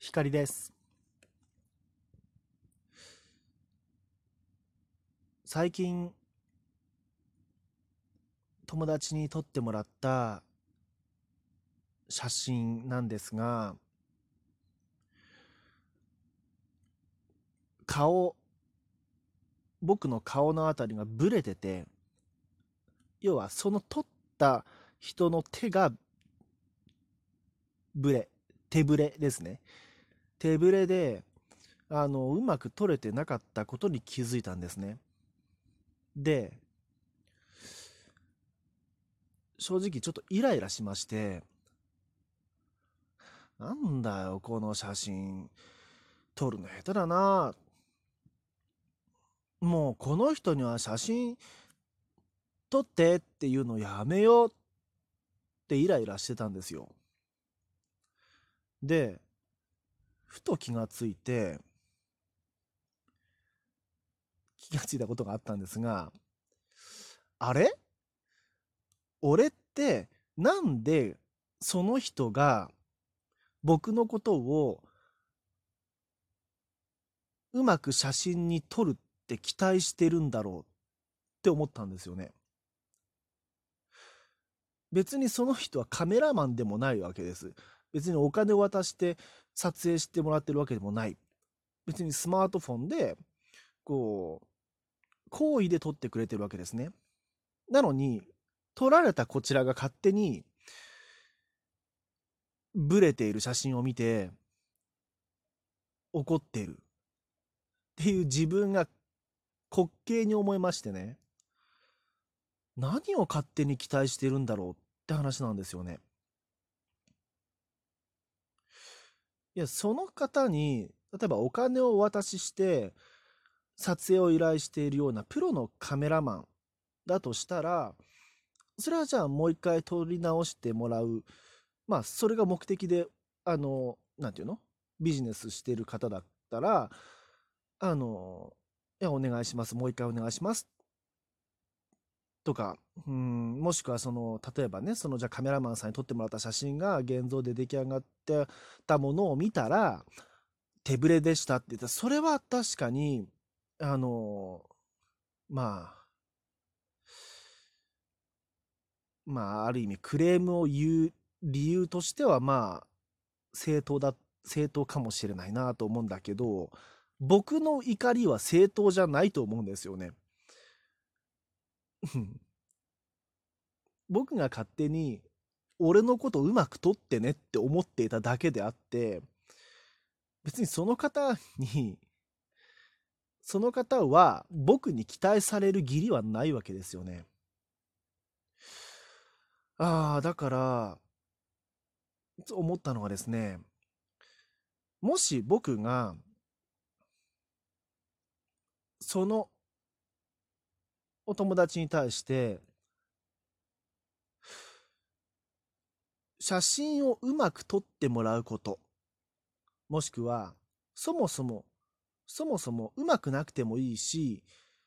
光です。最近友達に撮ってもらった写真なんですが、顔、僕の顔のあたりがブレてて、要はその撮った人の手がブレ、手ブレですね。手ブレで、うまく撮れてなかったことに気づいたんですね。で、正直ちょっとイライラしまして、なんだよ、この写真。撮るの下手だな。もうこの人には写真撮ってっていうのやめようってイライラしてたんですよ。で、ふと気がついたことがあったんですが、あれ俺ってなんでその人が僕のことをうまく写真に撮るって期待してるんだろうって思ったんですよね。別にその人はカメラマンでもないわけです。別にお金を渡して撮影してもらってるわけでもない。別にスマートフォンでこう好意で撮ってくれてるわけですね。なのに、撮られたこちらが勝手にブレている写真を見て怒っているっていう自分が滑稽に思いましてね。何を勝手に期待してるんだろうって話なんですよね。いや、その方に、例えばお金をお渡しして撮影を依頼しているようなプロのカメラマンだとしたら、それはじゃあもう一回撮り直してもらう。まあ、それが目的で、なんていうのビジネスしてる方だったら、いや、お願いします。もう一回お願いします。とか、もしくは例えばね、じゃあカメラマンさんに撮ってもらった写真が現像で出来上がってたものを見たら、手ぶれでしたって言ったら、それは確かに、あの、まあ、ある意味クレームを言う理由としては、正当だ、正当かもしれないなと思うんだけど、僕の怒りは正当じゃないと思うんですよね。僕が勝手に俺のことうまく撮ってねって思っていただけであって、別にその方は僕に期待される義理はないわけですよね。だから、思ったのはですね、もし僕が、そのお友達に対して、写真をうまく撮ってもらうこと、もしくは、そもそも、うまくなくてもいいし、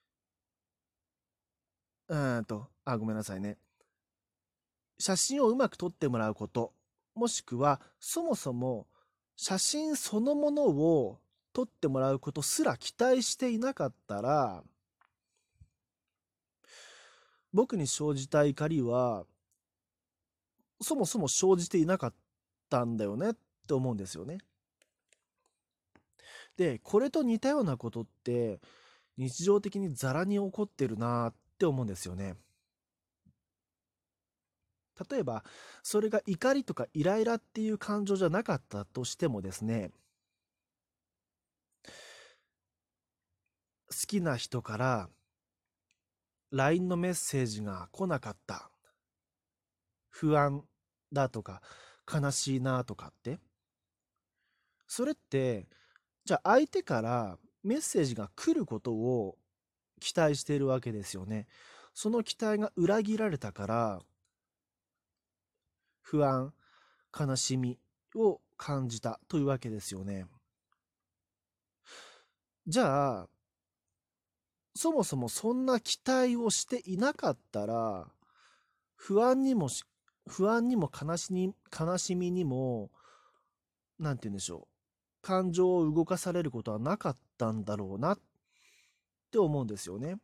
ごめんなさいね。写真をうまく撮ってもらうこと、もしくは、そもそも写真そのものを撮ってもらうことすら期待していなかったら、僕に生じた怒りは、そもそも生じていなかったんだよねって思うんですよね。で、これと似たようなことって、日常的にザラに起こってるなって思うんですよね。例えば、それが怒りとかイライラっていう感情じゃなかったとしてもですね、好きな人から LINE のメッセージが来なかった、不安だとか、悲しいなとかって、それって、じゃあ相手からメッセージが来ることを期待しているわけですよね。その期待が裏切られたから、不安、悲しみを感じたというわけですよね。じゃあ、そもそもそんな期待をしていなかったら、不安にもし、不安にも悲しみにも、なんて言うんでしょう。 感情を動かされることはなかったんだろうなって思うんですよね。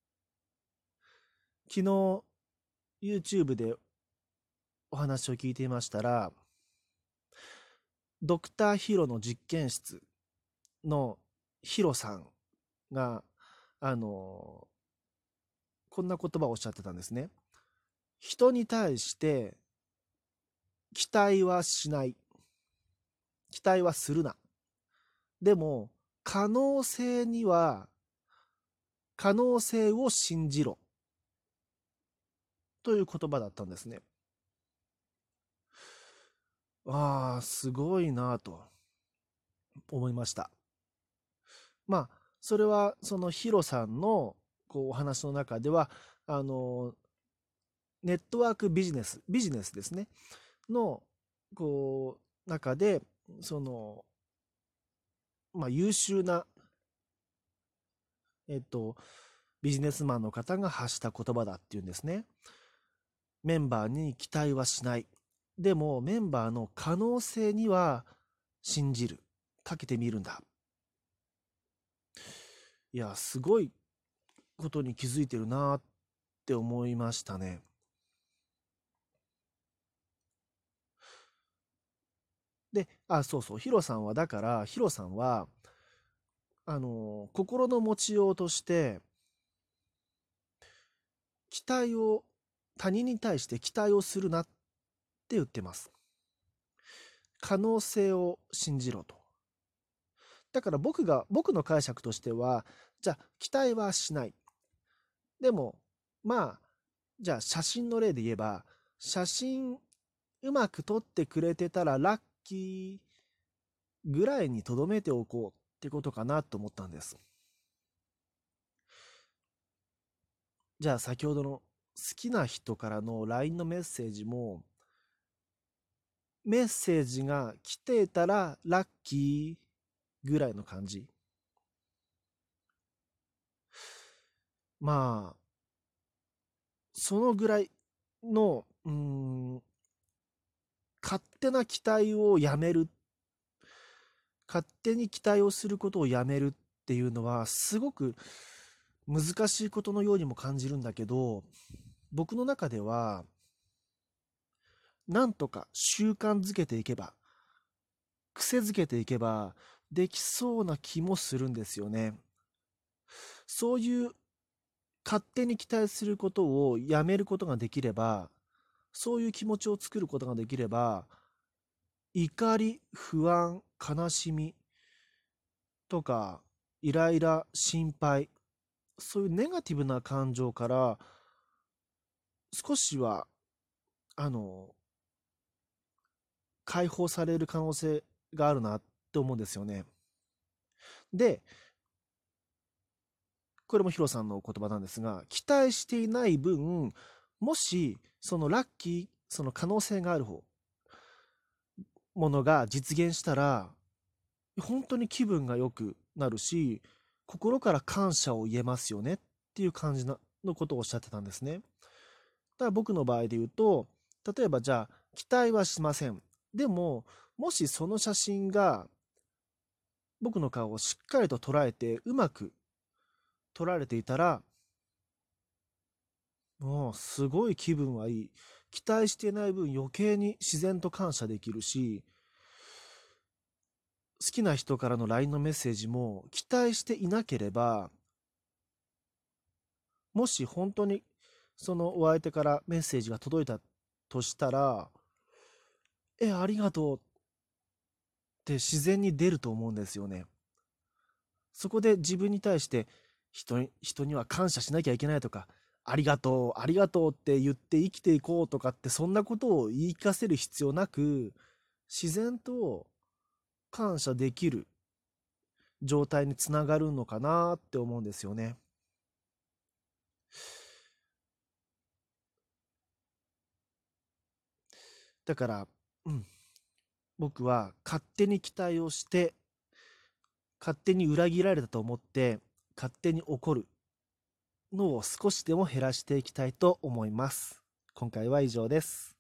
昨日 YouTube でお話を聞いていましたら、ドクターヒロの実験室のヒロさんが、こんな言葉をおっしゃってたんですね。人に対して期待はしない。期待はするな。でも、可能性を信じろ。という言葉だったんですね。ああ、すごいなと思いました。まあ、それはそのヒロさんのお話の中では、あの、ネットワークビジネスですね、の、中で、その、優秀な、ビジネスマンの方が発した言葉だっていうんですね。メンバーに期待はしない。でも、メンバーの可能性には信じる。かけてみるんだ。いや、すごいことに気づいてるなって思いましたね。で、そうそう、ヒロさんは、心の持ちようとして、他人に対して期待をするなって言ってます。可能性を信じろと。だから僕の解釈としては、じゃあ、期待はしない。でも、じゃあ写真の例で言えば、写真うまく撮ってくれてたらラッキーぐらいに留めておこうってことかなと思ったんです。じゃあ先ほどの好きな人からの LINE のメッセージも、メッセージが来てたらラッキーぐらいの感じ。まあ、そのぐらいの、勝手な期待をやめる。勝手に期待をすることをやめるっていうのは、すごく難しいことのようにも感じるんだけど、僕の中では、なんとか習慣づけていけば、癖づけていけば、できそうな気もするんですよね。そういう勝手に期待することをやめることができれば、そういう気持ちを作ることができれば、怒り、不安、悲しみとか、イライラ、心配、そういうネガティブな感情から少しは、あの、解放される可能性があるなって思うんですよね。で、これもヒロさんの言葉なんですが、期待していない分、もし、そのラッキー、その可能性があるものが実現したら、本当に気分が良くなるし、心から感謝を言えますよねっていう感じのことをおっしゃってたんですね。だから僕の場合で言うと、例えばじゃあ、期待はしません。でも、もしその写真が僕の顔をしっかりと捉えて、うまく撮られていたら、もうすごい気分はいい。期待していない分余計に自然と感謝できるし、好きな人からの LINE のメッセージも期待していなければ、もし本当にそのお相手からメッセージが届いたとしたら、ありがとうって自然に出ると思うんですよね。そこで自分に対して人には感謝しなきゃいけないとか、ありがとう、ありがとうって言って生きていこうとかって、そんなことを言い聞かせる必要なく、自然と感謝できる状態につながるのかなって思うんですよね。だから、うん、僕は勝手に期待をして、勝手に裏切られたと思って、勝手に怒るのを少しでも減らしていきたいと思います。今回は以上です。